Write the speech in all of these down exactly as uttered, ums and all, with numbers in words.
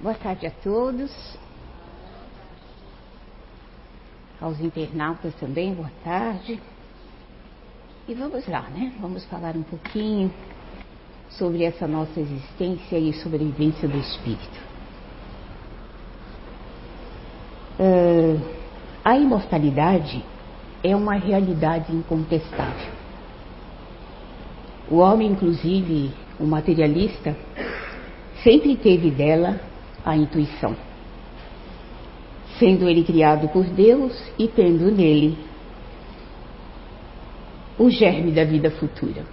Boa tarde a todos, aos internautas também, boa tarde. E vamos lá, né? Vamos falar um pouquinho sobre essa nossa existência e sobrevivência do espírito. Uh, a imortalidade é uma realidade incontestável. O homem, inclusive o materialista, sempre teve dela a intuição, sendo ele criado por Deus e tendo nele o germe da vida futura.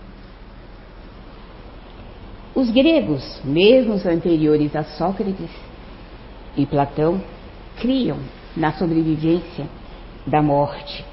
Os gregos, mesmo os anteriores a Sócrates e Platão, criam na sobrevivência da morte.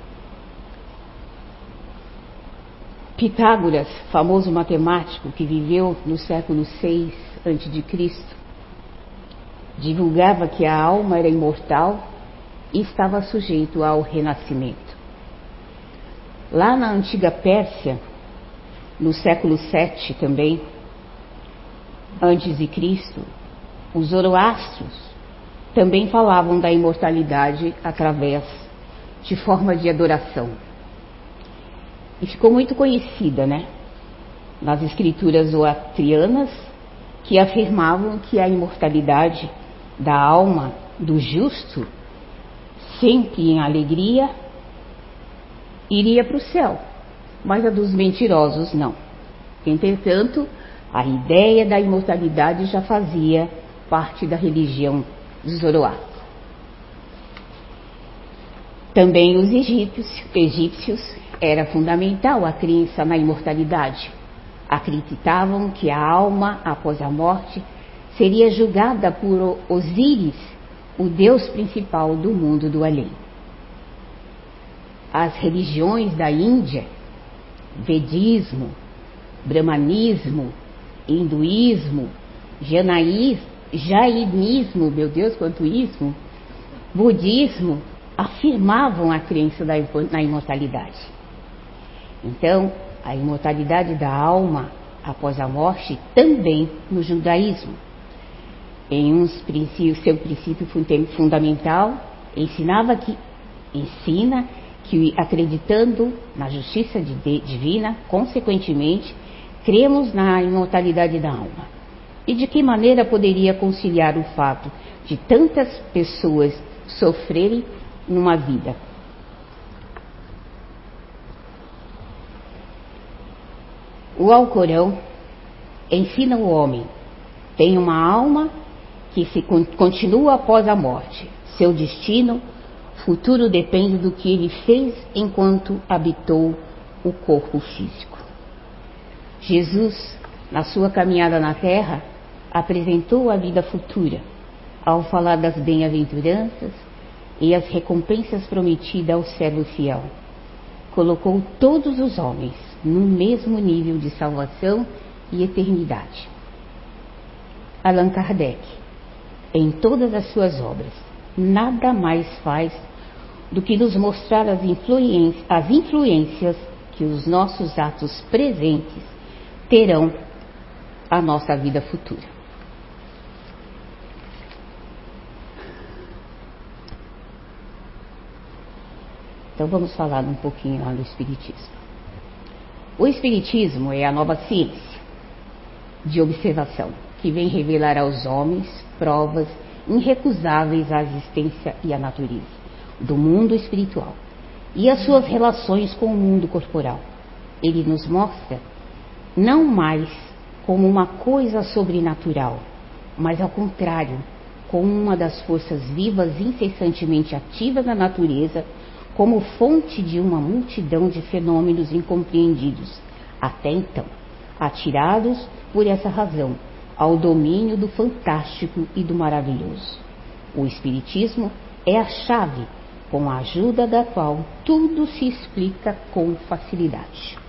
Pitágoras, famoso matemático que viveu no século seis antes de Cristo, divulgava que a alma era imortal e estava sujeito ao renascimento. Lá na antiga Pérsia, no século sete também, antes de Cristo, os zoroastros também falavam da imortalidade através de forma de adoração. E ficou muito conhecida, né? Nas escrituras zoroastrianas, que afirmavam que a imortalidade da alma do justo, sempre em alegria, iria para o céu, mas a dos mentirosos não. Entretanto, a ideia da imortalidade já fazia parte da religião zoroástica. Também os egípcios, egípcios era fundamental a crença na imortalidade. Acreditavam que a alma, após a morte, seria julgada por Osíris, o deus principal do mundo do além. As religiões da Índia, Vedismo, Brahmanismo, Hinduísmo, Janaísmo, Jainismo, meu Deus, quanto ismo, Budismo, afirmavam a crença na imortalidade. Então, a imortalidade da alma após a morte também no judaísmo. Em um princípio, seu princípio fundamental, ensinava que, ensina que, acreditando na justiça divina, consequentemente, cremos na imortalidade da alma. E de que maneira poderia conciliar o fato de tantas pessoas sofrerem numa vida? O Alcorão ensina o homem, tem uma alma que se continua após a morte. Seu destino futuro depende do que ele fez enquanto habitou o corpo físico. Jesus, na sua caminhada na terra, apresentou a vida futura, ao falar das bem-aventuranças e as recompensas prometidas ao servo fiel. Colocou todos os homens no mesmo nível de salvação e eternidade. Allan Kardec, em todas as suas obras, nada mais faz do que nos mostrar as influências, as influências que os nossos atos presentes terão a nossa vida futura. Então vamos falar um pouquinho lá do Espiritismo. O Espiritismo é a nova ciência de observação que vem revelar aos homens provas irrecusáveis à existência e à natureza do mundo espiritual e as suas relações com o mundo corporal. Ele nos mostra não mais como uma coisa sobrenatural, mas ao contrário, como uma das forças vivas incessantemente ativas na natureza, como fonte de uma multidão de fenômenos incompreendidos, até então, atirados por essa razão ao domínio do fantástico e do maravilhoso. O Espiritismo é a chave com a ajuda da qual tudo se explica com facilidade.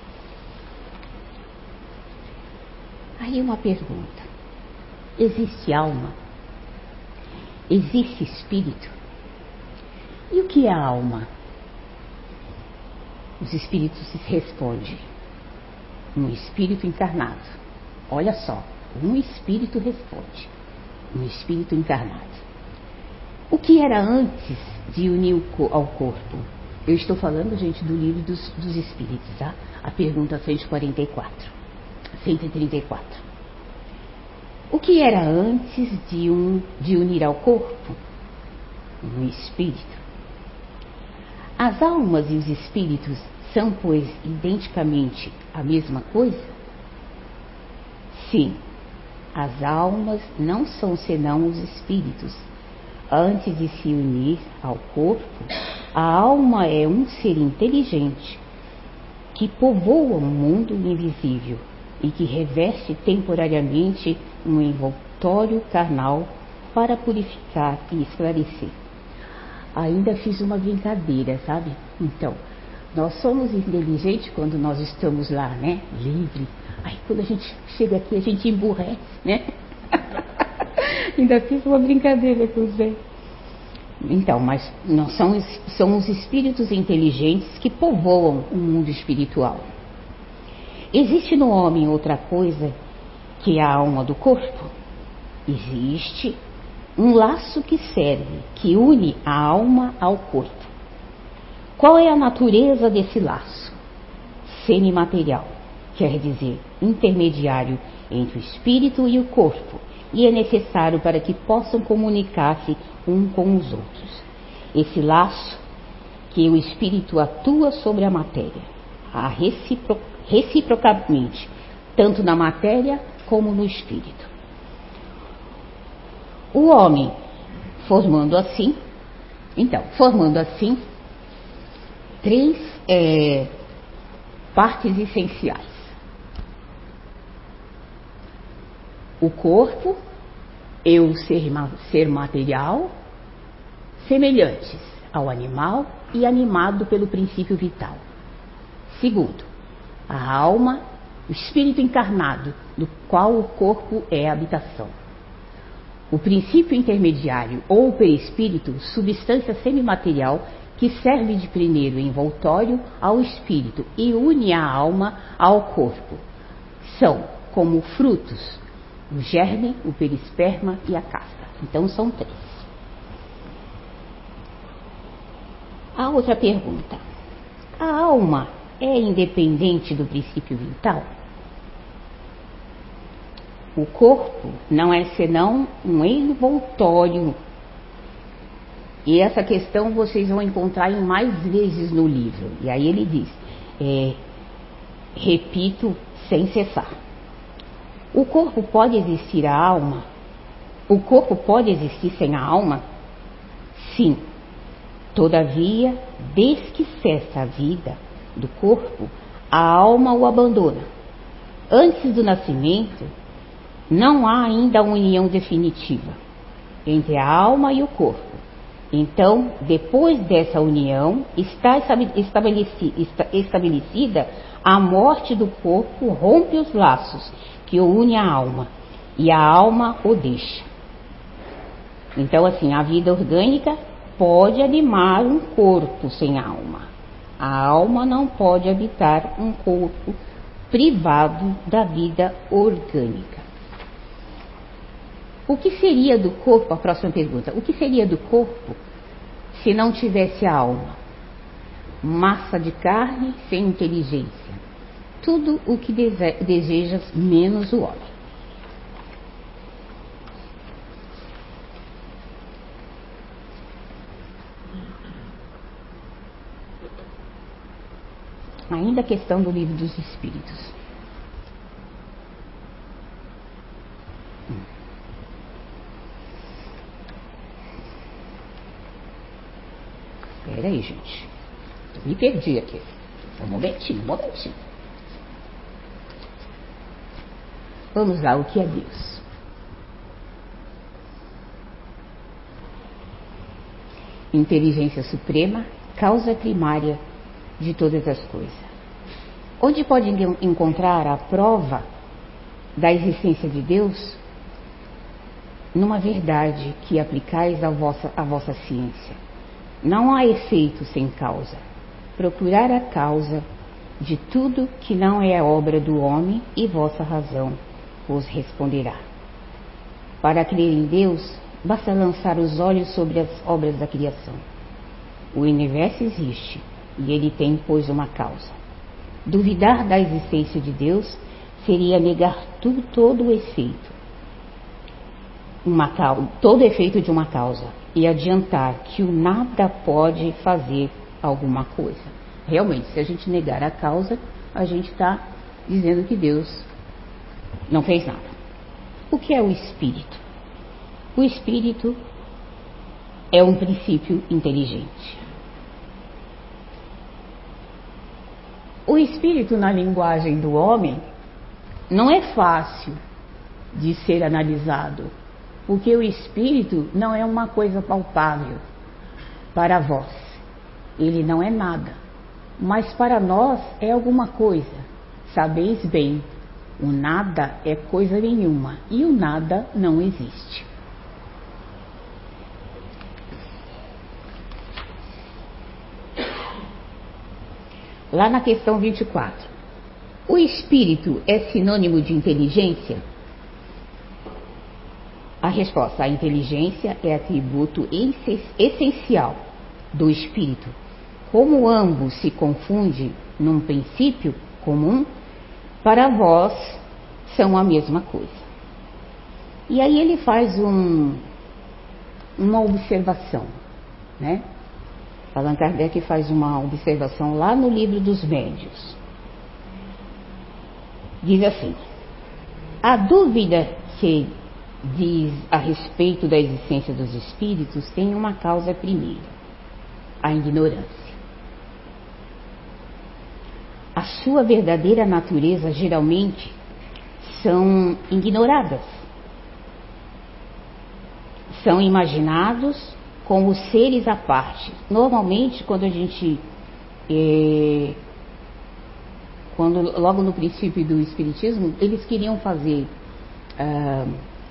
Aí uma pergunta: existe alma? Existe espírito? E o que é a alma? Os espíritos respondem: um espírito encarnado. Olha só, um espírito responde. um espírito encarnado. O que era antes de unir ao corpo? Eu estou falando, gente, do livro dos, dos espíritos, tá? A pergunta cento e quarenta e quatro, cento e trinta e quatro. O que era antes de, um, de unir ao corpo? Um espírito. As almas e os espíritos são, pois, identicamente a mesma coisa? Sim, as almas não são senão os espíritos. Antes de se unir ao corpo, a alma é um ser inteligente que povoa um mundo invisível e que reveste temporariamente um envoltório carnal para purificar e esclarecer. Ainda fiz uma brincadeira, sabe? Então, nós somos inteligentes quando nós estamos lá, né? Livre. Aí quando a gente chega aqui, a gente emburrece, né? Ainda fiz uma brincadeira com você. Então, mas não são, são os espíritos inteligentes que povoam o mundo espiritual. Existe no homem outra coisa que a alma do corpo? Existe um laço que serve, que une a alma ao corpo. Qual é a natureza desse laço? Semimaterial, quer dizer, intermediário entre o espírito e o corpo, e é necessário para que possam comunicar-se um com os outros. Esse laço que o espírito atua sobre a matéria, a recipro, reciprocamente, tanto na matéria como no espírito. O homem, formando assim, então, formando assim, três é, partes essenciais. O corpo e o ser, ser material, semelhantes ao animal e animado pelo princípio vital. Segundo, a alma, o espírito encarnado, do qual o corpo é a habitação. O princípio intermediário ou perispírito, substância semimaterial que serve de primeiro envoltório ao espírito e une a alma ao corpo. São como frutos, o germe, o perisperma e a casca. Então são três. A outra pergunta: a alma é independente do princípio vital? O corpo não é senão um envoltório. E essa questão vocês vão encontrar em mais vezes no livro. E aí ele diz, é, repito sem cessar. O corpo pode existir a alma? O corpo pode existir sem a alma? Sim. Todavia, desde que cessa a vida do corpo, a alma o abandona. Antes do nascimento, não há ainda a união definitiva entre a alma e o corpo. Então, depois dessa união, está estabelecida a morte do corpo, rompe os laços que o une à alma, e a alma o deixa. Então, assim, a vida orgânica pode animar um corpo sem alma. A alma não pode habitar um corpo privado da vida orgânica. O que seria do corpo? A próxima pergunta. O que seria do corpo se não tivesse a alma? Massa de carne sem inteligência. Tudo o que desejas menos o homem. Ainda a questão do livro dos Espíritos. Espera aí, gente. Eu me perdi aqui. Um momentinho, um momentinho. Vamos lá, o que é Deus? Inteligência suprema, causa primária de todas as coisas. Onde pode encontrar a prova da existência de Deus? Numa verdade que aplicais à vossa, à vossa ciência. Não há efeito sem causa. Procurar a causa de tudo que não é obra do homem e vossa razão vos responderá. Para crer em Deus, basta lançar os olhos sobre as obras da criação. O universo existe e ele tem, pois, uma causa. Duvidar da existência de Deus seria negar tudo, todo o efeito, uma, todo o efeito de uma causa e adiantar que o nada pode fazer alguma coisa. Realmente, se a gente negar a causa, a gente está dizendo que Deus não fez nada. O que é o espírito? O espírito é um princípio inteligente. O espírito, na linguagem do homem, não é fácil de ser analisado, porque o espírito não é uma coisa palpável para vós. Ele não é nada, mas para nós é alguma coisa. Sabeis bem, o nada é coisa nenhuma e o nada não existe. Lá na questão vinte e quatro, o espírito é sinônimo de inteligência? A resposta: a inteligência é atributo essencial do espírito. Como ambos se confundem num princípio comum, para vós são a mesma coisa. E aí ele faz um, uma observação, né? Allan Kardec faz uma observação lá no Livro dos Médiuns. Diz assim: a dúvida que diz a respeito da existência dos espíritos tem uma causa primeira, a ignorância. A sua verdadeira natureza geralmente são ignoradas. São imaginados como seres à parte. Normalmente, quando a gente, é, quando logo no princípio do Espiritismo, eles queriam fazer ah,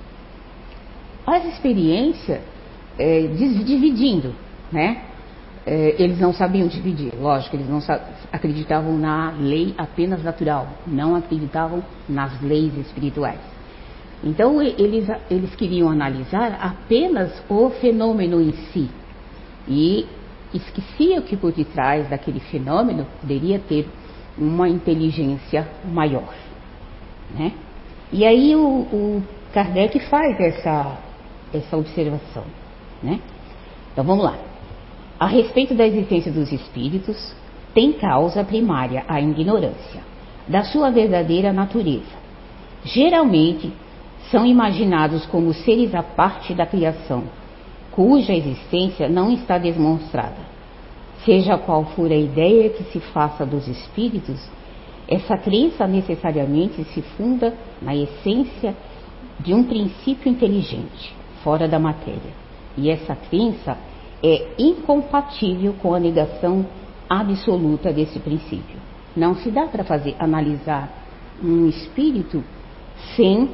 as experiências é, dividindo, né? É, eles não sabiam dividir, lógico, eles não acreditavam na lei apenas natural, não acreditavam nas leis espirituais. Então eles, eles queriam analisar apenas o fenômeno em si e esqueciam que por detrás daquele fenômeno poderia ter uma inteligência maior, né? E aí o, o Kardec faz essa, essa observação, né? Então vamos lá. A respeito da existência dos espíritos, tem causa primária a ignorância da sua verdadeira natureza. Geralmente são imaginados como seres à parte da criação, cuja existência não está demonstrada. Seja qual for a ideia que se faça dos espíritos, essa crença necessariamente se funda na essência de um princípio inteligente, fora da matéria. E essa crença é incompatível com a negação absoluta desse princípio. Não se dá para fazer analisar um espírito sem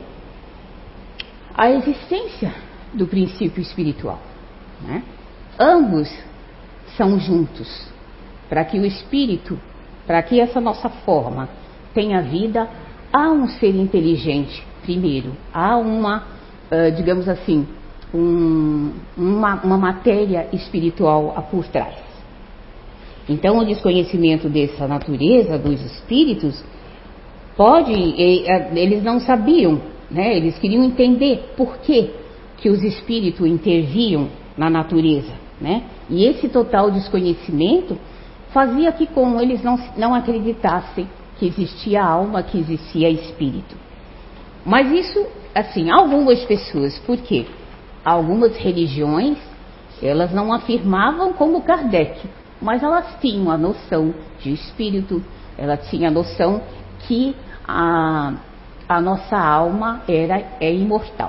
a existência do princípio espiritual, né? Ambos são juntos. Para que o espírito, para que essa nossa forma tenha vida, há um ser inteligente primeiro, há uma, uh, digamos assim, um, uma, uma matéria espiritual por trás. Então o desconhecimento dessa natureza dos espíritos pode, eles não sabiam, né? Eles queriam entender por que, que os espíritos interviam na natureza, né? E esse total desconhecimento fazia que como eles não, não acreditassem que existia alma, que existia espírito. Mas isso, assim, algumas pessoas, por quê? Algumas religiões, elas não afirmavam como Kardec, mas elas tinham a noção de espírito, elas tinham a noção que a, a nossa alma era, é imortal.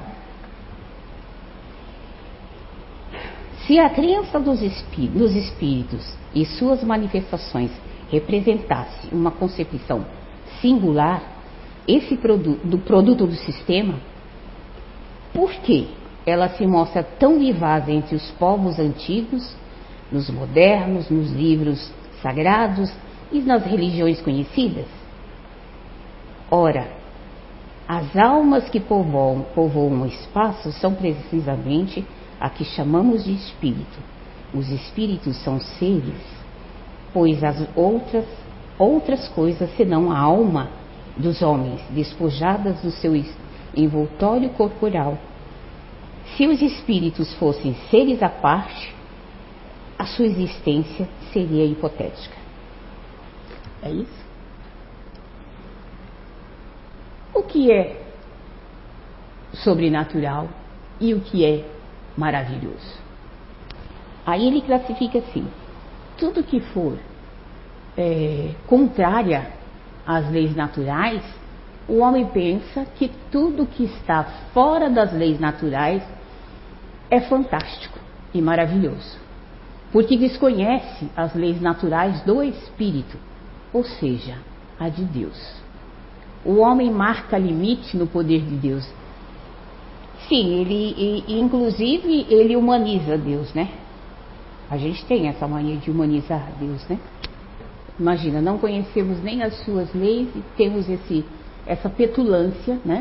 Se a crença dos espíritos, dos espíritos e suas manifestações representasse uma concepção singular, esse produto, do produto do sistema, por que ela se mostra tão vivaz entre os povos antigos, nos modernos, nos livros sagrados e nas religiões conhecidas? Ora, As almas que povoam, povoam o espaço são precisamente a que chamamos de espírito. Os espíritos são seres, pois as outras, outras coisas senão a alma dos homens, despojadas do seu envoltório corporal. Se os espíritos fossem seres à parte, a sua existência seria hipotética. É isso? O que é sobrenatural e o que é maravilhoso? Aí ele classifica assim: tudo que for é, contrária às leis naturais, o homem pensa que tudo que está fora das leis naturais é fantástico e maravilhoso, porque desconhece as leis naturais do espírito, ou seja, a de Deus. O homem marca limite no poder de Deus. Sim, ele, e, inclusive, ele humaniza Deus, né? A gente tem essa mania de humanizar Deus, né? Imagina, não conhecemos nem as suas leis e temos esse, essa petulância, né?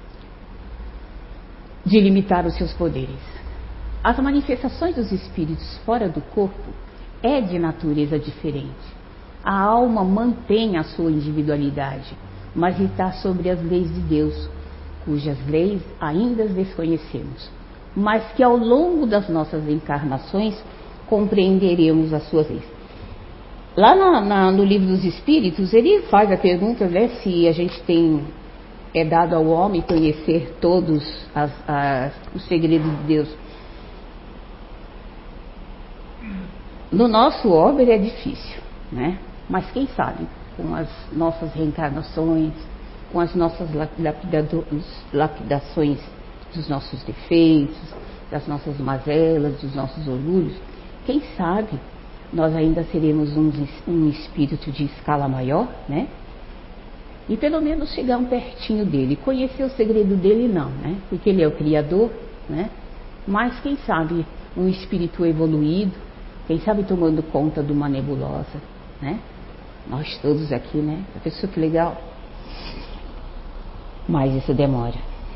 De limitar os seus poderes. As manifestações dos espíritos fora do corpo é de natureza diferente. A alma mantém a sua individualidade, mas está sobre as leis de Deus, cujas leis ainda desconhecemos, mas que ao longo das nossas encarnações compreenderemos as suas leis. Lá na, na, no livro dos Espíritos, ele faz a pergunta, né, se a gente tem, é dado ao homem conhecer todos as, as, os segredos de Deus. No nosso orbe é difícil, né? Mas quem sabe, com as nossas reencarnações, com as nossas lapidações dos nossos defeitos, das nossas mazelas, dos nossos orgulhos, quem sabe nós ainda seremos um, um espírito de escala maior, né? E pelo menos chegar um pertinho dele, conhecer o segredo dele não, né? Porque ele é o Criador, né? Mas quem sabe um espírito evoluído, quem sabe tomando conta de uma nebulosa, né? Nós todos aqui, né? A pessoa que legal. Mas isso demora.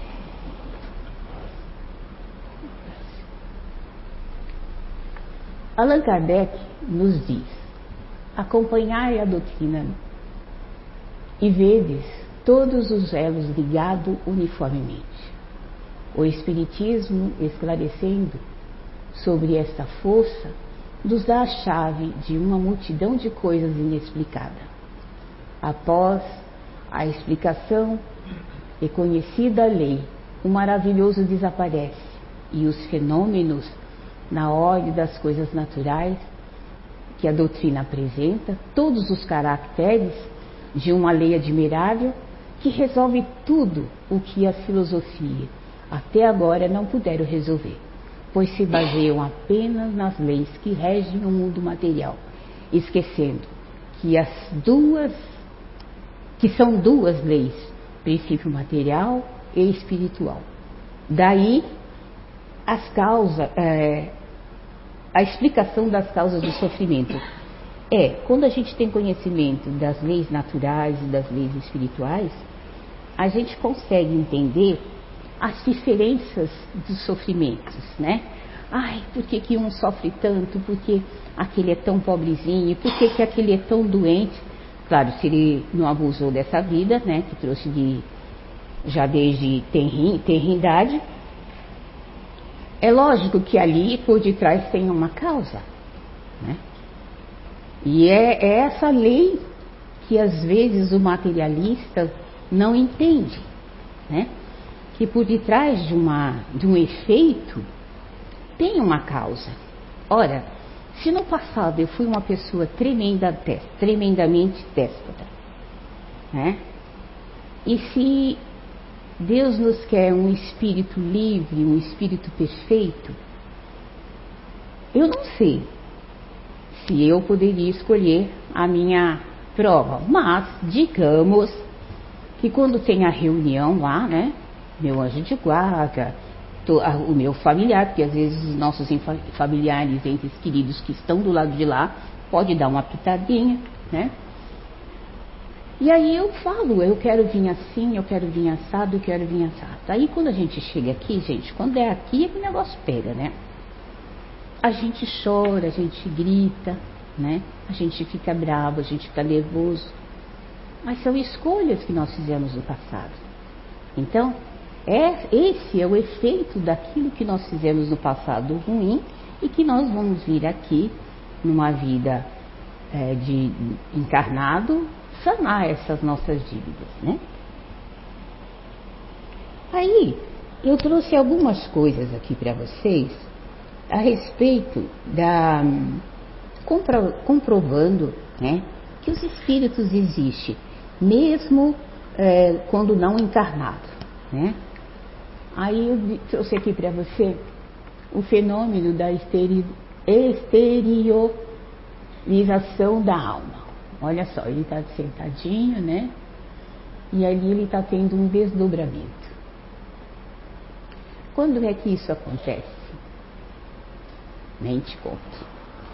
Allan Kardec nos diz: acompanhai a doutrina e vedes todos os elos ligados uniformemente. O Espiritismo, esclarecendo sobre esta força, nos dá a chave de uma multidão de coisas inexplicadas. Após a explicação e conhecida a lei, o maravilhoso desaparece e os fenômenos, na ordem das coisas naturais que a doutrina apresenta, todos os caracteres de uma lei admirável que resolve tudo o que a filosofia até agora não puderam resolver, pois se baseiam apenas nas leis que regem o mundo material, esquecendo que as duas, que são duas leis, princípio material e espiritual. Daí as causas, é, a explicação das causas do sofrimento é, quando a gente tem conhecimento das leis naturais e das leis espirituais, a gente consegue entender as diferenças dos sofrimentos, né? Ai, por que que um sofre tanto? Por que aquele é tão pobrezinho? Por que que aquele é tão doente? Claro, se ele não abusou dessa vida, né? Que trouxe de, já desde tenrin, tenrindade. É lógico que ali, por detrás, tem uma causa, né? E é, é essa lei que, às vezes, o materialista não entende, né? Que por detrás de, uma, de um efeito tem uma causa. Ora, se no passado eu fui uma pessoa tremenda, tremendamente déspota, né? E se Deus nos quer um espírito livre, um espírito perfeito, eu não sei se eu poderia escolher a minha prova, mas digamos que quando tem a reunião lá, né? Meu anjo de guarda, o meu familiar, porque às vezes os nossos familiares, entes queridos que estão do lado de lá, pode dar uma pitadinha, né? E aí eu falo, eu quero vir assim, eu quero vir assado, eu quero vir assado. Aí quando a gente chega aqui, gente, quando é aqui é que o negócio pega, né? A gente chora, a gente grita, né? A gente fica bravo, a gente fica nervoso. Mas são escolhas que nós fizemos no passado. Então, é, esse é o efeito daquilo que nós fizemos no passado ruim e que nós vamos vir aqui, numa vida é, de encarnado, sanar essas nossas dívidas, né? Aí, eu trouxe algumas coisas aqui para vocês a respeito da compro, comprovando, né, que os espíritos existem, mesmo é, quando não encarnados, né? Aí eu trouxe aqui para você o fenômeno da esteri, exteriorização da alma. Olha só, ele está sentadinho, né? E ali ele está tendo um desdobramento. Quando é que isso acontece? Nem te conto.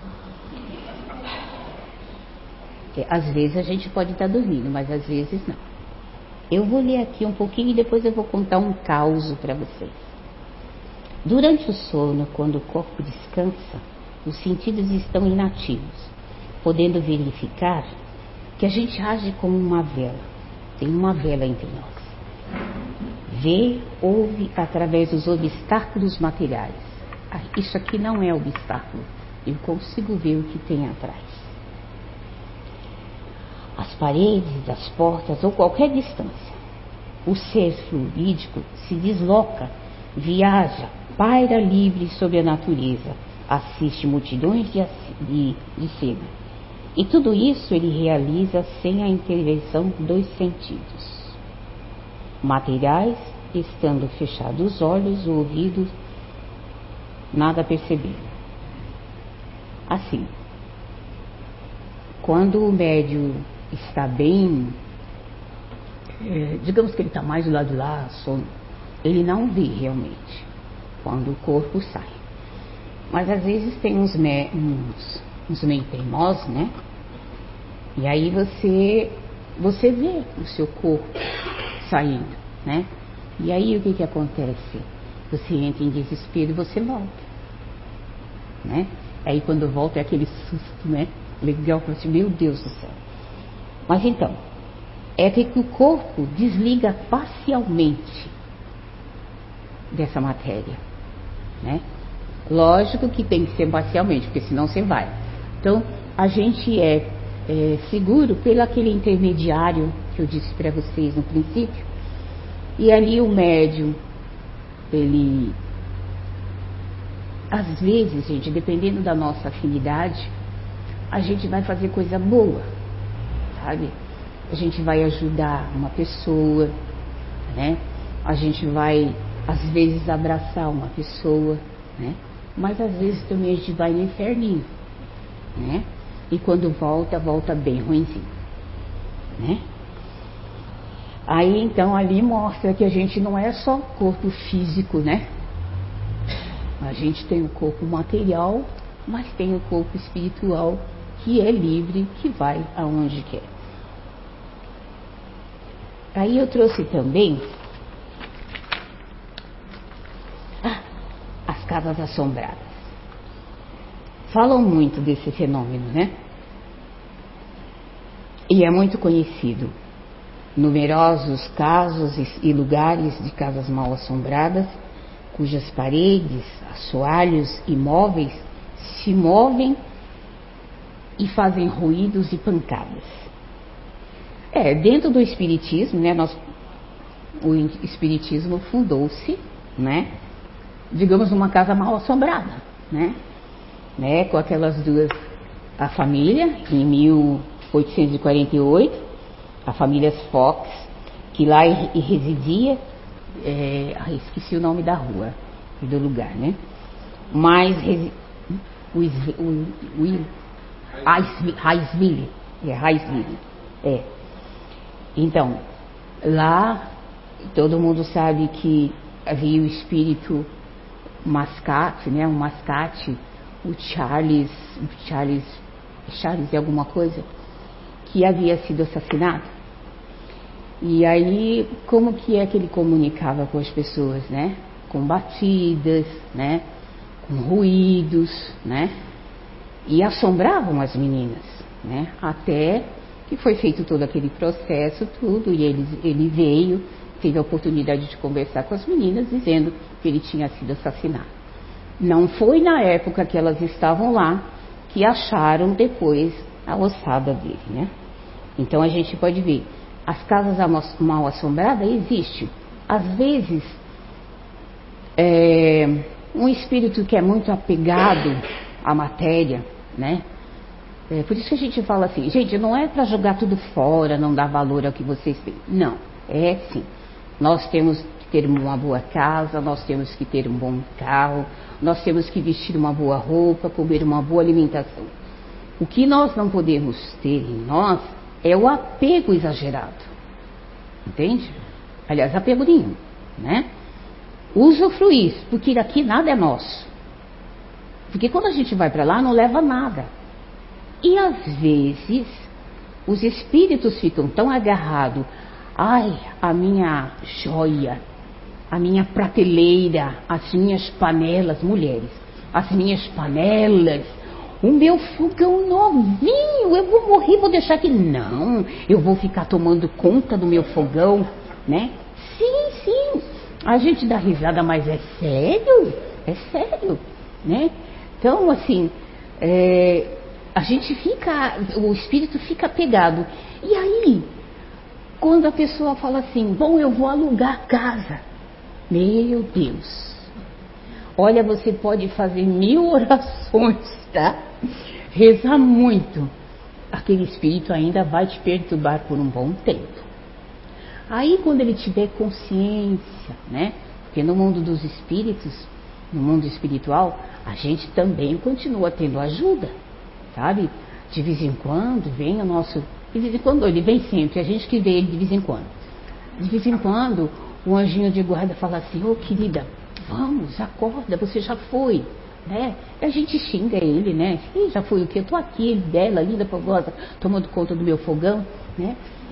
É, às vezes a gente pode estar dormindo, mas às vezes não. Eu vou ler aqui um pouquinho e depois eu vou contar um caos para vocês. Durante o sono, quando o corpo descansa, os sentidos estão inativos, podendo verificar que a gente age como uma vela. Tem uma vela entre nós. Vê, ouve através dos obstáculos materiais. Ah, isso aqui não é obstáculo. Eu consigo ver o que tem atrás. As paredes, das portas ou qualquer distância. O ser fluídico se desloca, viaja, paira livre sobre a natureza, assiste multidões de, de, de cena. E tudo isso ele realiza sem a intervenção dos sentidos materiais, estando fechados os olhos, o ouvido, nada perceber. Assim, quando o médium está bem, é, digamos que ele está mais do lado de lá, sono, ele não vê realmente quando o corpo sai. Mas às vezes tem uns, me, uns, uns meio teimosos, né? E aí você, você vê o seu corpo saindo, né? E aí o que que acontece? Você entra em desespero e você volta, né? Aí quando volta é aquele susto, né? Legal, para você, meu Deus do céu. Mas então, é que o corpo desliga parcialmente dessa matéria, né? Lógico que tem que ser parcialmente, porque senão você vai. Então, a gente é, é seguro pelo aquele intermediário que eu disse para vocês no princípio. E ali o médium, ele, às vezes, gente, dependendo da nossa afinidade, a gente vai fazer coisa boa, sabe? A gente vai ajudar uma pessoa, né? A gente vai, às vezes, abraçar uma pessoa, né? Mas às vezes também a gente vai no inferninho, né? E quando volta, volta bem ruimzinho, né? Aí então ali mostra que a gente não é só corpo físico, né? A gente tem o corpo material, mas tem o corpo espiritual que é livre, que vai aonde quer. Aí eu trouxe também ah, as casas assombradas. Falam muito desse fenômeno, né? E é muito conhecido. Numerosos casos e lugares de casas mal assombradas, cujas paredes, assoalhos e móveis se movem e fazem ruídos e pancadas. É, dentro do espiritismo, né, nós, o espiritismo fundou-se, né, digamos, numa casa mal assombrada, né, né, com aquelas duas, a família, em mil oitocentos e quarenta e oito, a família Fox, que lá residia, é, ah, esqueci o nome da rua e do lugar, né, mas o, o, o Raisville, é, Raisville, é. Então, lá todo mundo sabe que havia o espírito mascate, né, um mascate, o Charles, Charles, Charles de alguma coisa, que havia sido assassinado, E aí, como que é que ele comunicava com as pessoas, né? Com batidas, né? Com ruídos, né? E assombravam as meninas, né? Até que foi feito todo aquele processo, tudo, e ele, ele veio, teve a oportunidade de conversar com as meninas, dizendo que ele tinha sido assassinado. Não foi na época que elas estavam lá que acharam depois a ossada dele, né? Então a gente pode ver, as casas mal assombradas existem. Às vezes, é, um espírito que é muito apegado à matéria, né? É, por isso que a gente fala assim, gente, não é para jogar tudo fora, não dar valor ao que vocês têm. Não, é sim. Nós temos que ter uma boa casa, nós temos que ter um bom carro, nós temos que vestir uma boa roupa, comer uma boa alimentação. O que nós não podemos ter em nós é o apego exagerado. Entende? Aliás, apego nenhum, né? Usufruir, porque daqui nada é nosso. Porque quando a gente vai para lá, não leva nada. E às vezes, os espíritos ficam tão agarrados. Ai, a minha joia, a minha prateleira, as minhas panelas, mulheres, as minhas panelas, o meu fogão novinho, eu vou morrer, vou deixar aqui. Não, eu vou ficar tomando conta do meu fogão, né? Sim, sim, a gente dá risada, mas é sério, é sério, né? Então, assim, é, a gente fica, o espírito fica pegado. E aí, quando a pessoa fala assim, bom, eu vou alugar casa. Meu Deus. Olha, você pode fazer mil orações, tá? Rezar muito. Aquele espírito ainda vai te perturbar por um bom tempo. Aí, quando ele tiver consciência, né? Porque no mundo dos espíritos, no mundo espiritual, a gente também continua tendo ajuda, sabe? De vez em quando vem o nosso... De vez em quando, ele vem sempre, a gente que vê ele de vez em quando. De vez em quando, o anjinho de guarda fala assim, ô oh, querida, vamos, acorda, você já foi, né? E a gente xinga ele, né? Ih, já foi o quê? Eu tô aqui, bela, linda, fogosa, tomando conta do meu fogão, né?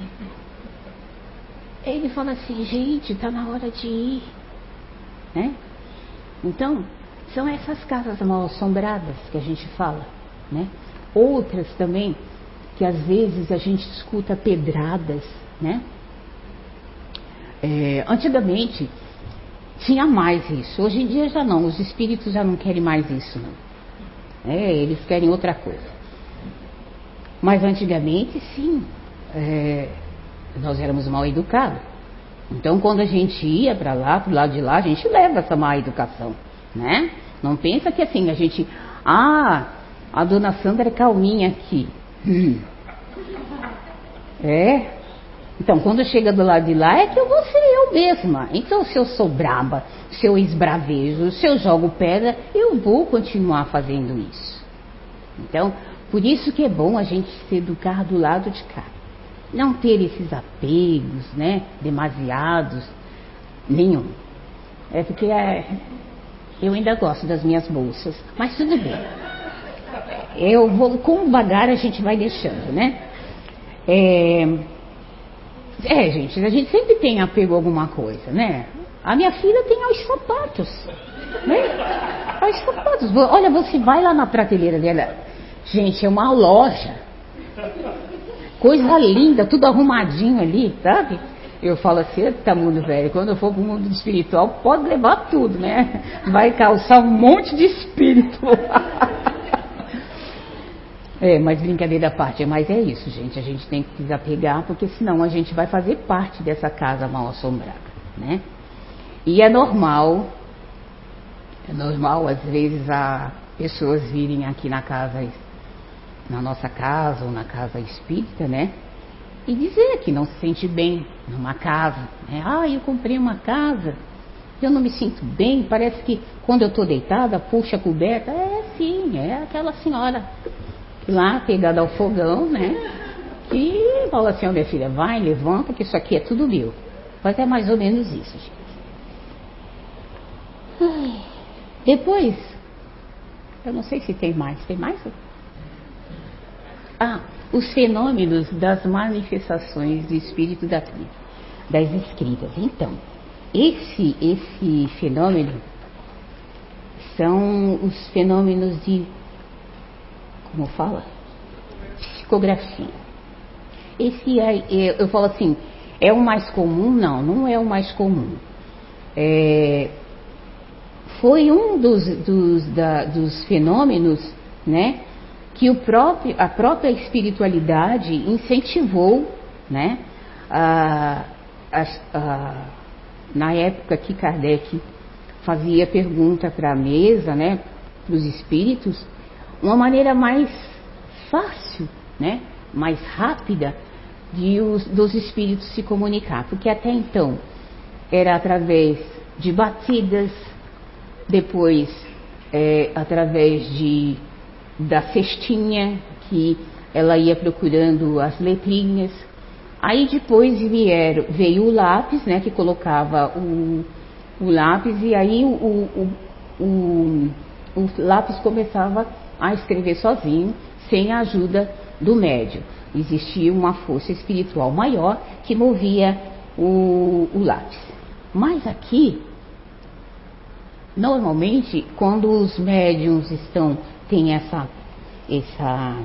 Aí ele fala assim, gente, tá na hora de ir, né? Então, são essas casas mal assombradas que a gente fala, né? Outras também, que às vezes a gente escuta pedradas, né? É, antigamente tinha mais isso, hoje em dia já não, os espíritos já não querem mais isso, não. É, eles querem outra coisa. Mas antigamente, sim, é, nós éramos mal educados. Então, quando a gente ia para lá, pro lado de lá, a gente leva essa má educação, né? Não pensa que assim, a gente... Ah, a dona Sandra é calminha aqui. Hum. É? Então, quando chega do lado de lá, é que eu vou ser eu mesma. Então, se eu sou braba, se eu esbravejo, se eu jogo pedra, eu vou continuar fazendo isso. Então, por isso que é bom a gente se educar do lado de cá. Não ter esses apegos, né, demasiados, nenhum. É porque é, eu ainda gosto das minhas bolsas, mas tudo bem. Eu vou, com vagar a gente vai deixando, né? É, é, gente, a gente sempre tem apego a alguma coisa, né? A minha filha tem aos sapatos, né? Aos sapatos. Olha, você vai lá na prateleira dela, gente, é uma loja. Coisa linda, tudo arrumadinho ali, sabe? Eu falo assim, tá mundo velho, quando eu for pro mundo espiritual, pode levar tudo, né? Vai calçar um monte de espírito. É, mas brincadeira à parte, mas é isso, gente, a gente tem que se desapegar, porque senão a gente vai fazer parte dessa casa mal assombrada, né? E é normal, é normal às vezes a pessoas virem aqui na casa, na nossa casa ou na casa espírita, né? E dizer que não se sente bem numa casa, né? Ah, eu comprei uma casa, eu não me sinto bem, parece que quando eu estou deitada, puxa a coberta, é sim, é aquela senhora lá pegada ao fogão, né? E fala assim, ó, minha filha, vai, levanta, que isso aqui é tudo meu. Mas é mais ou menos isso, gente. Ai, depois, eu não sei se tem mais, tem mais? Ah, os fenômenos das manifestações do espírito da tribo. das escritas. Então, esse, esse fenômeno são os fenômenos de, como fala? Psicografia. Esse é, eu falo assim, é o mais comum? Não, não é o mais comum. É, foi um dos, dos, da, dos fenômenos, né, que o próprio, a própria espiritualidade incentivou, né, a, a, a, na época que Kardec fazia pergunta para a mesa, né, para os espíritos, uma maneira mais fácil, né, mais rápida de os, dos espíritos se comunicar, porque até então era através de batidas, depois é, através de da cestinha, que ela ia procurando as letrinhas. Aí depois vieram, veio o lápis, né, que colocava o, o lápis, e aí o, o, o, o lápis começava a escrever sozinho, sem a ajuda do médium. Existia uma força espiritual maior que movia o, o lápis. Mas aqui, normalmente, quando os médiums estão, têm essa, essa,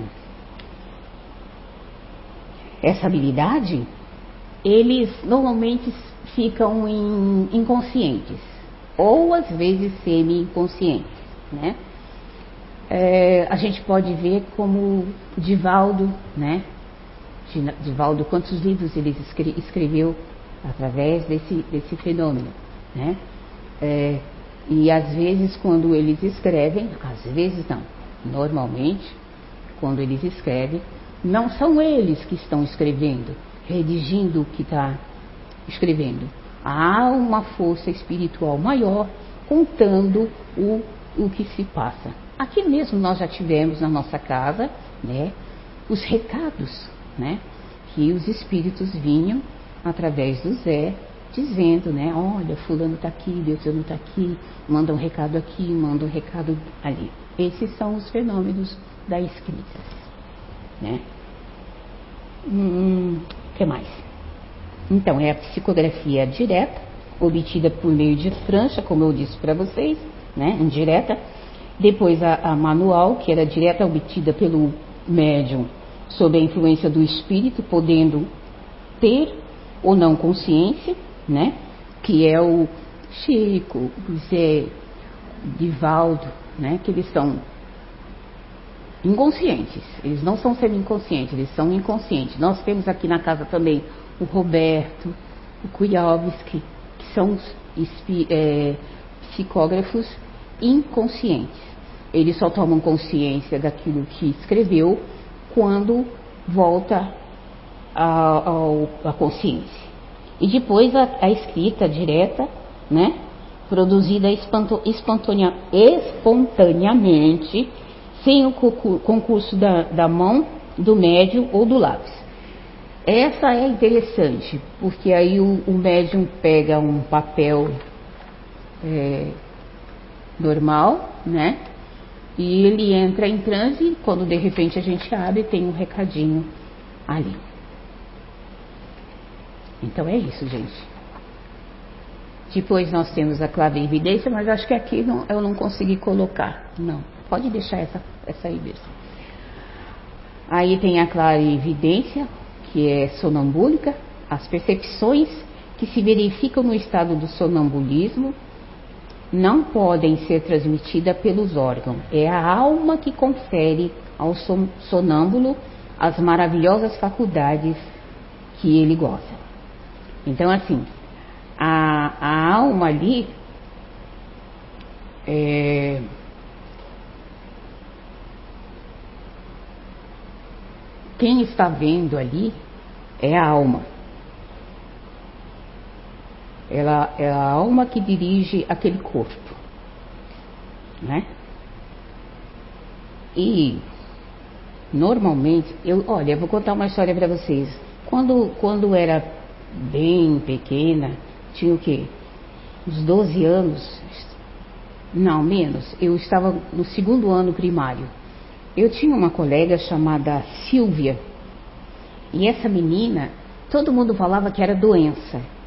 essa habilidade, eles normalmente ficam in, inconscientes, ou às vezes semi-inconscientes, né? É, a gente pode ver como Divaldo, né? Divaldo, quantos livros ele escreveu através desse, desse fenômeno, né? É, e às vezes quando eles escrevem, às vezes não, normalmente quando eles escrevem, não são eles que estão escrevendo, redigindo o que está escrevendo. Há uma força espiritual maior contando o, o que se passa. Aqui mesmo nós já tivemos na nossa casa, né, os recados, né, que os espíritos vinham através do Zé, dizendo, né, olha, fulano está aqui, Beltrano está aqui, manda um recado aqui, manda um recado ali. Esses são os fenômenos da escrita, né. Hum, o que mais? Então, é a psicografia direta, obtida por meio de prancha, como eu disse para vocês, né, indireta. Depois a, a manual, que era direta, obtida pelo médium, sob a influência do espírito, podendo ter ou não consciência, né? Que é o Chico, o Zé, Divaldo, né? Que eles são inconscientes, eles não são semi-inconscientes, eles são inconscientes. Nós temos aqui na casa também o Roberto, o Kujawski, que são é, psicógrafos inconscientes. Eles só tomam consciência daquilo que escreveu quando volta à consciência. E depois a, a escrita direta, né, produzida espanto, espontânea, espontaneamente, sem o concurso da, da mão, do médium ou do lápis. Essa é interessante, porque aí o, o médium pega um papel é, normal, né? E ele entra em transe, quando de repente a gente abre, tem um recadinho ali. Então é isso, gente. Depois nós temos a clarividência, mas acho que aqui não, eu não consegui colocar. Não, pode deixar essa, essa aí mesmo. Aí tem a clarividência, que é sonambúlica, as percepções que se verificam no estado do sonambulismo não podem ser transmitidas pelos órgãos. É a alma que confere ao sonâmbulo as maravilhosas faculdades que ele goza. Então, assim, a, a alma ali, é, quem está vendo ali é a alma. Ela é a alma que dirige aquele corpo, né? E normalmente, eu, olha, eu vou contar uma história para vocês. Quando, quando era bem pequena, tinha o quê? Uns doze anos, não, menos. Eu estava no segundo ano primário. Eu tinha uma colega chamada Silvia, e essa menina, todo mundo falava que era doença.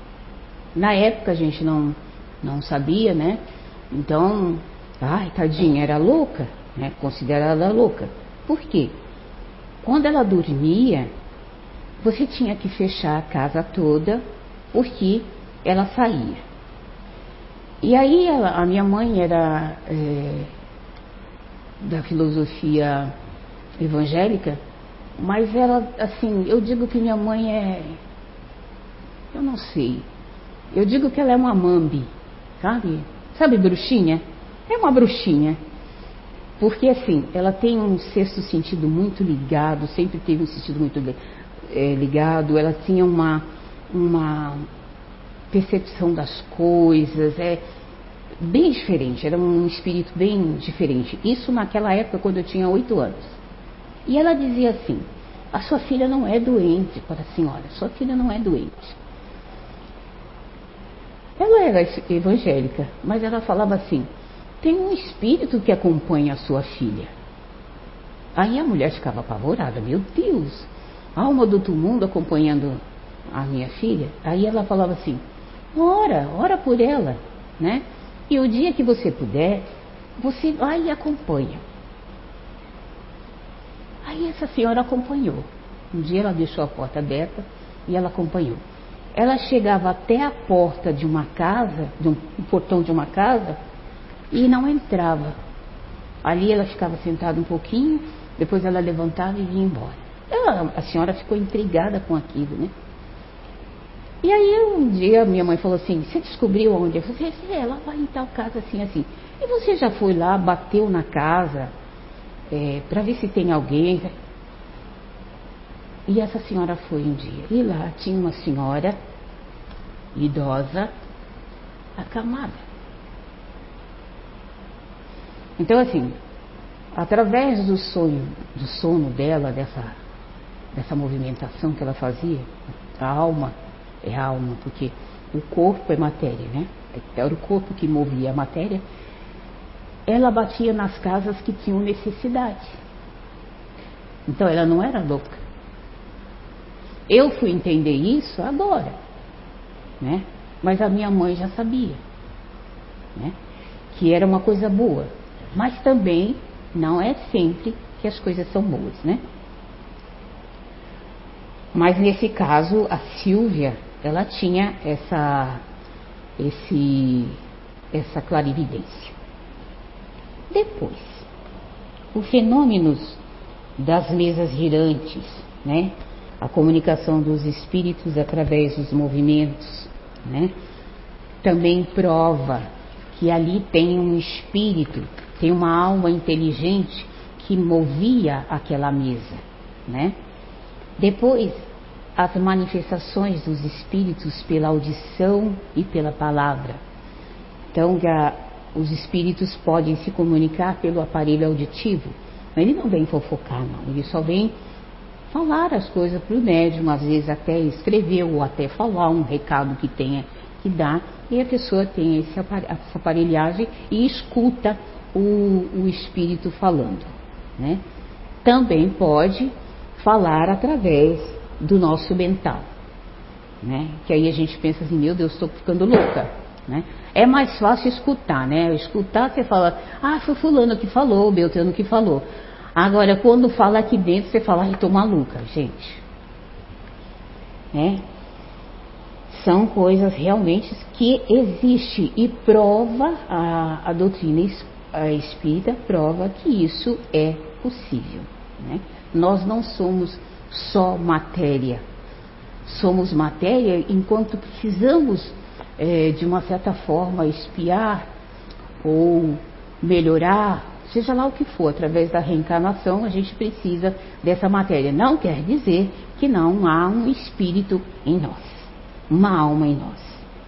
Na época a gente não, não sabia, né? Então, ai, tadinha, era louca, né? Considerada louca. Por quê? Quando ela dormia, você tinha que fechar a casa toda, porque ela saía. E aí ela, a minha mãe era é, da filosofia evangélica, mas ela, assim, eu digo que minha mãe é, eu não sei, eu digo que ela é uma mambi, sabe? Sabe bruxinha? É uma bruxinha. Porque assim, ela tem um sexto sentido muito ligado, sempre teve um sentido muito é, ligado, ela tinha uma, uma percepção das coisas, é bem diferente, era um espírito bem diferente. Isso naquela época, quando eu tinha oito anos. E ela dizia assim, a sua filha não é doente para a senhora, sua filha não é doente. Ela era evangélica, mas ela falava assim, tem um espírito que acompanha a sua filha. Aí a mulher ficava apavorada, meu Deus, a alma do outro mundo acompanhando a minha filha. Aí ela falava assim, ora, ora por ela, né? E o dia que você puder, você vai e acompanha. Aí essa senhora acompanhou. Um dia ela deixou a porta aberta e ela acompanhou. Ela chegava até a porta de uma casa, de um, um portão de uma casa, e não entrava. Ali ela ficava sentada um pouquinho, depois ela levantava e vinha embora. Ela, a senhora ficou intrigada com aquilo, né? E aí um dia minha mãe falou assim, você descobriu onde? Eu falei, é, ela vai em tal casa assim, assim. E você já foi lá, bateu na casa, é, para ver se tem alguém? E essa senhora foi um dia. E lá tinha uma senhora idosa, acamada. Então assim, através do sonho, do sono dela, dessa, dessa movimentação que ela fazia, a alma é a alma, porque o corpo é matéria, né? Era o corpo que movia a matéria. Ela batia nas casas que tinham necessidade. Então ela não era louca. Eu fui entender isso agora, né? Mas a minha mãe já sabia, né? Que era uma coisa boa. Mas também não é sempre que as coisas são boas, né? Mas nesse caso, a Silvia, ela tinha essa, esse, essa clarividência. Depois, os fenômenos das mesas girantes, né? A comunicação dos espíritos através dos movimentos, né? Também prova que ali tem um espírito, tem uma alma inteligente que movia aquela mesa, né? Depois, as manifestações dos espíritos pela audição e pela palavra. Então, a, os espíritos podem se comunicar pelo aparelho auditivo. Ele não vem fofocar, não. Ele só vem falar as coisas para o médium, às vezes até escrever ou até falar um recado que tenha que dar. E a pessoa tem esse apare- essa aparelhagem e escuta o, o espírito falando, né? Também pode falar através do nosso mental, né? Que aí a gente pensa assim, meu Deus, estou ficando louca, né? É mais fácil escutar, né? Escutar, você fala, ah, foi fulano que falou, Beltrano que falou. Agora, quando fala aqui dentro, você fala, ai, tô maluca, gente, né? São coisas realmente que existem e prova, a, a doutrina a espírita prova que isso é possível, né? Nós não somos só matéria, somos matéria enquanto precisamos é, de uma certa forma espiar ou melhorar, seja lá o que for, através da reencarnação a gente precisa dessa matéria. Não quer dizer que não há um espírito em nós, uma alma em nós.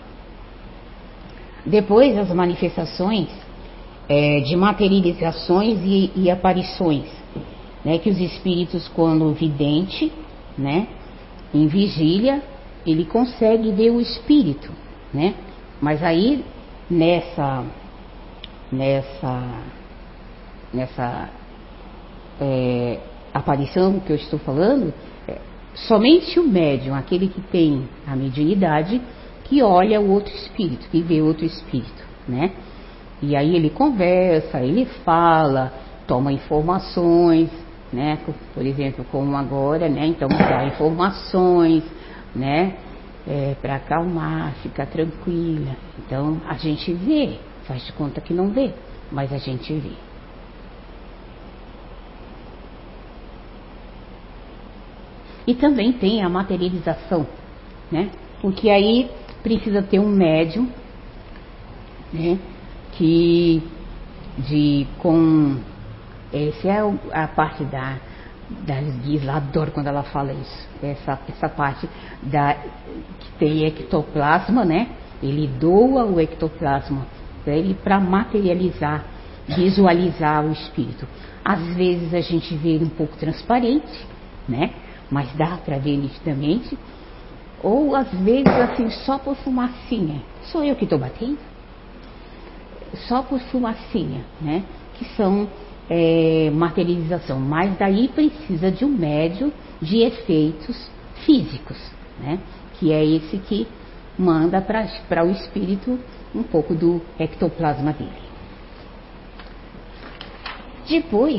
Depois as manifestações é, de materializações e, e aparições, né, que os espíritos, quando vidente, né, em vigília, ele consegue ver o espírito, né? Mas aí nessa nessa nessa é, aparição que eu estou falando, é, somente o médium, aquele que tem a mediunidade, que olha o outro espírito, que vê outro espírito, né? E aí ele conversa, ele fala, toma informações, né? Por exemplo, como agora, né? Então dá informações, né? É, para acalmar, ficar tranquila. Então a gente vê, faz de conta que não vê, mas a gente vê. E também tem a materialização, né? Porque aí precisa ter um médium, né? Que de com essa é a parte da das guias, eu adoro quando ela fala isso, essa essa parte da que tem ectoplasma, né? Ele doa o ectoplasma para ele para materializar, visualizar o espírito. Às vezes a gente vê ele um pouco transparente, né? Mas dá para ver nitidamente. Ou às vezes assim, só por fumacinha. Sou eu que estou batendo? Só por fumacinha, né? Que são é, materialização. Mas daí precisa de um médium de efeitos físicos, né? Que é esse que manda para o espírito um pouco do ectoplasma dele. Depois,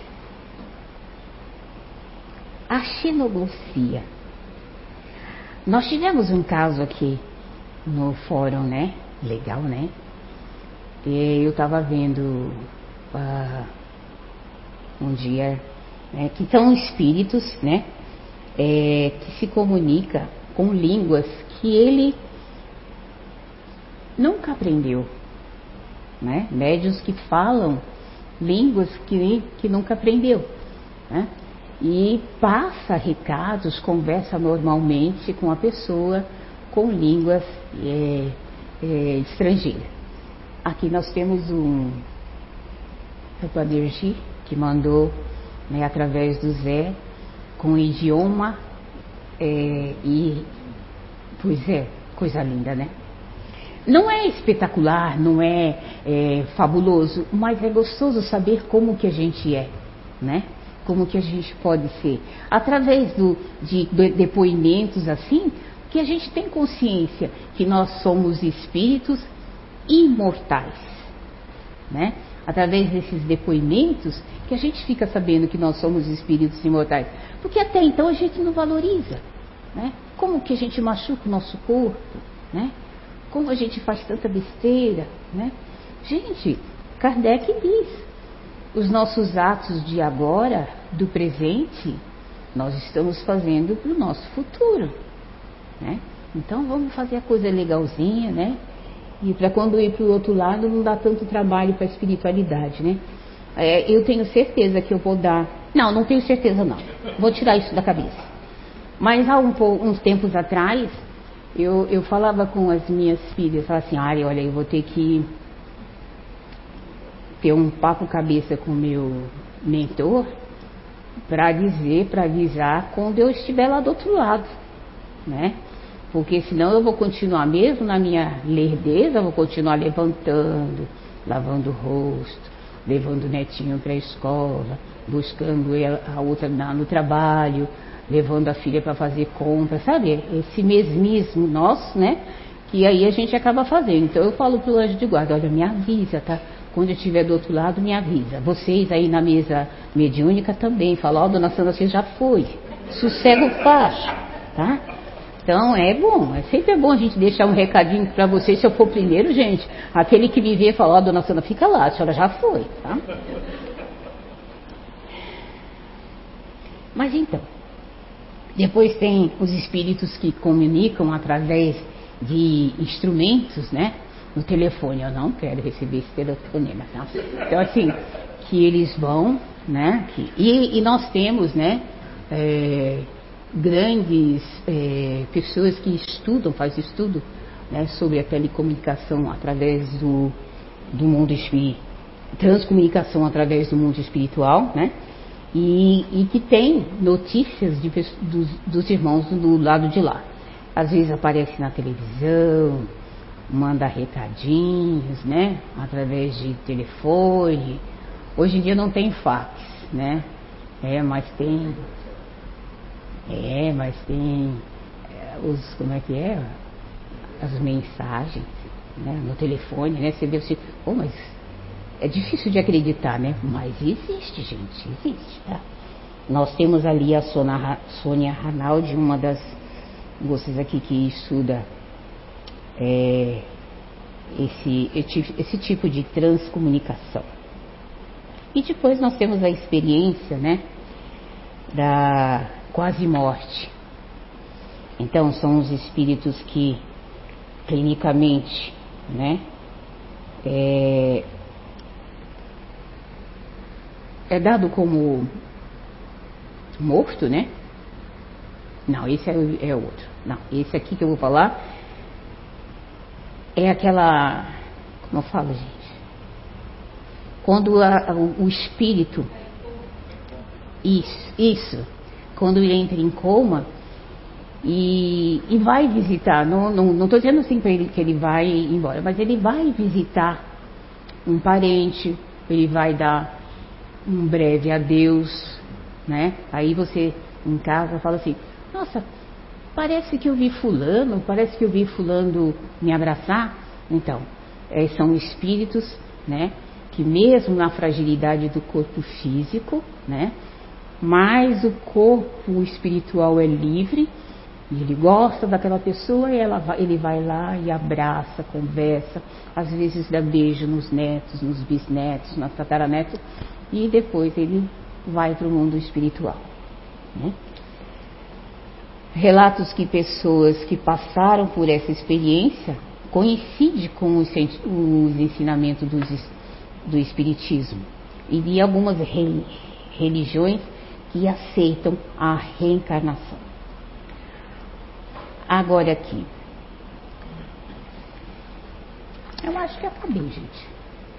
a xenoglossia. Nós tivemos um caso aqui no fórum, né? Legal, né? E eu estava vendo uh, um dia, né, que são espíritos, né? É, que se comunica com línguas que ele nunca aprendeu, né? Médiuns que falam línguas que, que nunca aprendeu, né? E passa recados, conversa normalmente com a pessoa com línguas é, é, estrangeiras. Aqui nós temos um Papadergi que mandou, né, através do Zé, com idioma é, e pois é, coisa linda, né? Não é espetacular, não é, é fabuloso, mas é gostoso saber como que a gente é, né? Como que a gente pode ser. Através do, de, de depoimentos assim, que a gente tem consciência que nós somos espíritos imortais, né? Através desses depoimentos que a gente fica sabendo que nós somos espíritos imortais. Porque até então a gente não valoriza, né? Como que a gente machuca o nosso corpo, né? Como a gente faz tanta besteira, né? Gente, Kardec diz, os nossos atos de agora, do presente, nós estamos fazendo para o nosso futuro, né? Então vamos fazer a coisa legalzinha, né? E para quando ir para o outro lado não dá tanto trabalho para a espiritualidade, né? É, eu tenho certeza que eu vou dar... Não, não tenho certeza não. Vou tirar isso da cabeça. Mas há um, uns tempos atrás, eu, eu falava com as minhas filhas, falava assim, Ari, olha, eu vou ter que ter um papo cabeça com o meu mentor para dizer, para avisar quando eu estiver lá do outro lado, né? Porque senão eu vou continuar mesmo na minha lerdeza, eu vou continuar levantando, lavando o rosto, levando o netinho para a escola, buscando a outra no trabalho, levando a filha para fazer compra, sabe? Esse mesmismo nosso, né? Que aí a gente acaba fazendo. Então eu falo pro anjo de guarda, olha, me avisa, tá? Quando eu estiver do outro lado, me avisa. Vocês aí na mesa mediúnica também, falam, ó, dona Sandra, você já foi. Sossego fácil, tá? Então é bom, é sempre bom a gente deixar um recadinho para vocês, se eu for primeiro, gente. Aquele que me vê fala, ó, dona Sandra, fica lá, a senhora já foi, tá? Mas então, depois tem os espíritos que comunicam através de instrumentos, né? No telefone, eu não quero receber esse telefonema, tá? Então assim, que eles vão, né? Que, e, e nós temos, né? É, grandes é, pessoas que estudam, fazem estudo, né, sobre a telecomunicação através do, do mundo espiritual, transcomunicação através do mundo espiritual, né? E, e que tem notícias de, dos, dos irmãos do lado de lá. Às vezes aparece na televisão, manda recadinhos, né? Através de telefone. Hoje em dia não tem fax, né? É, mas tem. É, mas tem é, os, como é que é? as mensagens, né, no telefone, né? Você vê assim, oh, mas é difícil de acreditar, né? Mas existe, gente, existe, tá? Nós temos ali a Sônia, Sônia Ranaldi, uma das moças aqui que estuda é, esse, esse tipo de transcomunicação. E depois nós temos a experiência, né, da quase morte. Então são os espíritos que clinicamente, né, é, é dado como morto, né? Não, esse é, é outro. Não, esse aqui que eu vou falar é aquela, como eu falo, gente? Quando a, o, o espírito, isso, isso, quando ele entra em coma e, e vai visitar, não estou não, não dizendo assim para ele que ele vai embora, mas ele vai visitar um parente, ele vai dar um breve adeus, né? Aí você em casa fala assim, nossa, parece que eu vi fulano, parece que eu vi fulano me abraçar. Então, é, são espíritos, né, que mesmo na fragilidade do corpo físico, né, mas o corpo espiritual é livre, e ele gosta daquela pessoa e ela vai, ele vai lá e abraça, conversa, às vezes dá beijo nos netos, nos bisnetos, nas tataranetos, e depois ele vai para o mundo espiritual, né? Relatos que pessoas que passaram por essa experiência coincidem com os, os ensinamentos dos, do Espiritismo e de algumas re, religiões que aceitam a reencarnação. Agora aqui, eu acho que acabei, gente.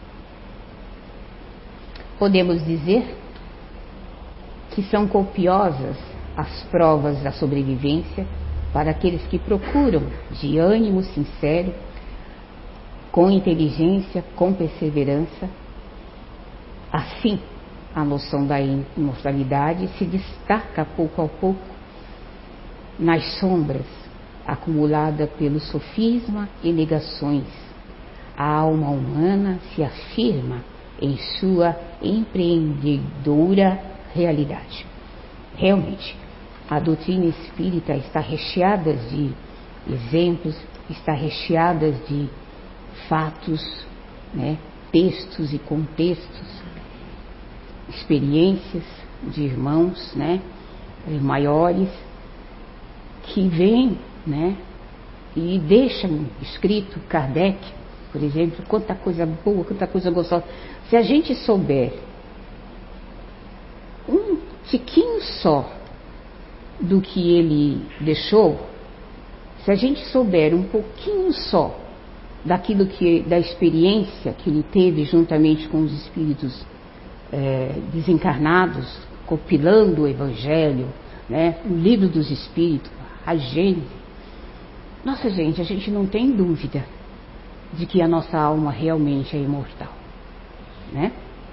Podemos dizer que são copiosas as provas da sobrevivência para aqueles que procuram, de ânimo sincero, com inteligência, com perseverança. Assim, a noção da imortalidade se destaca pouco a pouco nas sombras acumulada pelo sofisma e negações. A alma humana se afirma em sua empreendedora realidade. Realmente, a doutrina espírita está recheada de exemplos, está recheada de fatos, né, textos e contextos, experiências de irmãos, né, maiores, que vêm, né, e deixam escrito, Kardec, por exemplo, quanta coisa boa, quanta coisa gostosa. Se a gente souber um tiquinho só do que ele deixou, se a gente souber um pouquinho só daquilo que, da experiência que ele teve juntamente com os espíritos é, desencarnados, compilando o Evangelho, né, o livro dos Espíritos, a Gênese, nossa gente, a gente não tem dúvida de que a nossa alma realmente é imortal, né?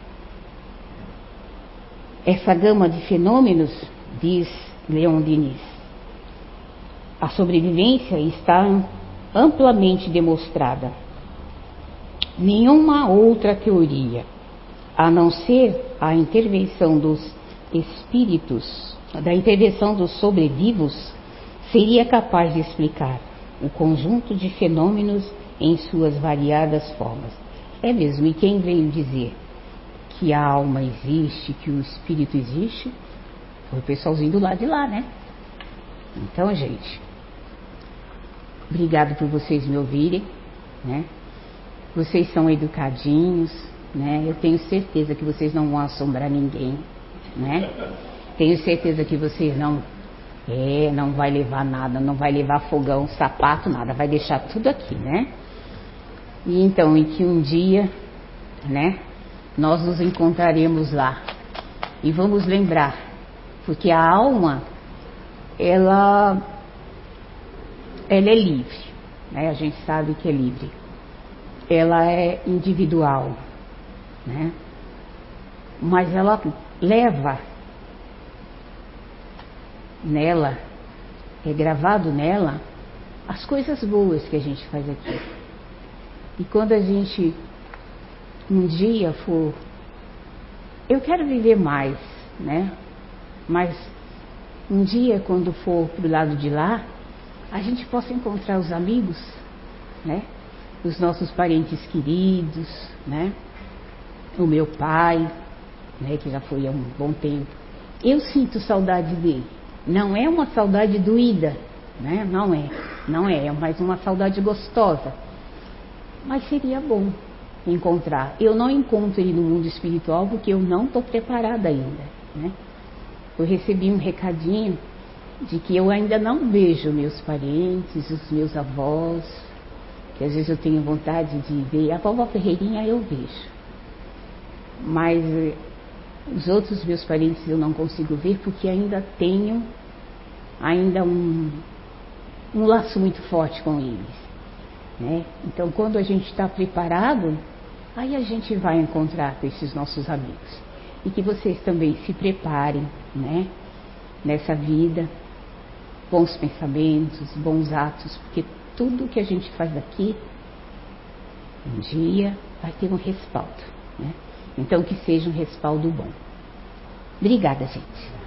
Essa gama de fenômenos, diz Leon Denis, a sobrevivência está amplamente demonstrada. Nenhuma outra teoria, a não ser a intervenção dos espíritos, da intervenção dos sobrevivos, seria capaz de explicar o conjunto de fenômenos em suas variadas formas. É mesmo, e quem veio dizer que a alma existe, que o espírito existe, foi o pessoalzinho do lado de lá, né? Então, gente, obrigado por vocês me ouvirem, né? Vocês são educadinhos, né? Eu tenho certeza que vocês não vão assombrar ninguém, né? Tenho certeza que vocês não, é, não vai levar nada, não vai levar fogão, sapato, nada, vai deixar tudo aqui, né? E então, em que um dia, né, nós nos encontraremos lá e vamos lembrar, porque a alma, ela, ela é livre, né? A gente sabe que é livre, ela é individual, né? Mas ela leva nela, é gravado nela as coisas boas que a gente faz aqui. E quando a gente um dia for, eu quero viver mais, né? Mas um dia quando for pro lado de lá, a gente possa encontrar os amigos, né? Os nossos parentes queridos, né? O meu pai, né? Que já foi há um bom tempo. Eu sinto saudade dele. Não é uma saudade doída, né? Não é, não é, é mais uma saudade gostosa. Mas seria bom encontrar. Eu não encontro ele no mundo espiritual porque eu não estou preparada ainda, né? Eu recebi um recadinho de que eu ainda não vejo meus parentes, os meus avós, que às vezes eu tenho vontade de ver. A vovó Ferreirinha eu vejo, mas os outros meus parentes eu não consigo ver porque ainda tenho ainda um, um laço muito forte com eles, né? Então quando a gente está preparado, aí a gente vai encontrar com esses nossos amigos. E que vocês também se preparem, né? Nessa vida, bons pensamentos, bons atos, porque tudo que a gente faz aqui, um dia vai ter um respaldo, né? Então que seja um respaldo bom. Obrigada, gente.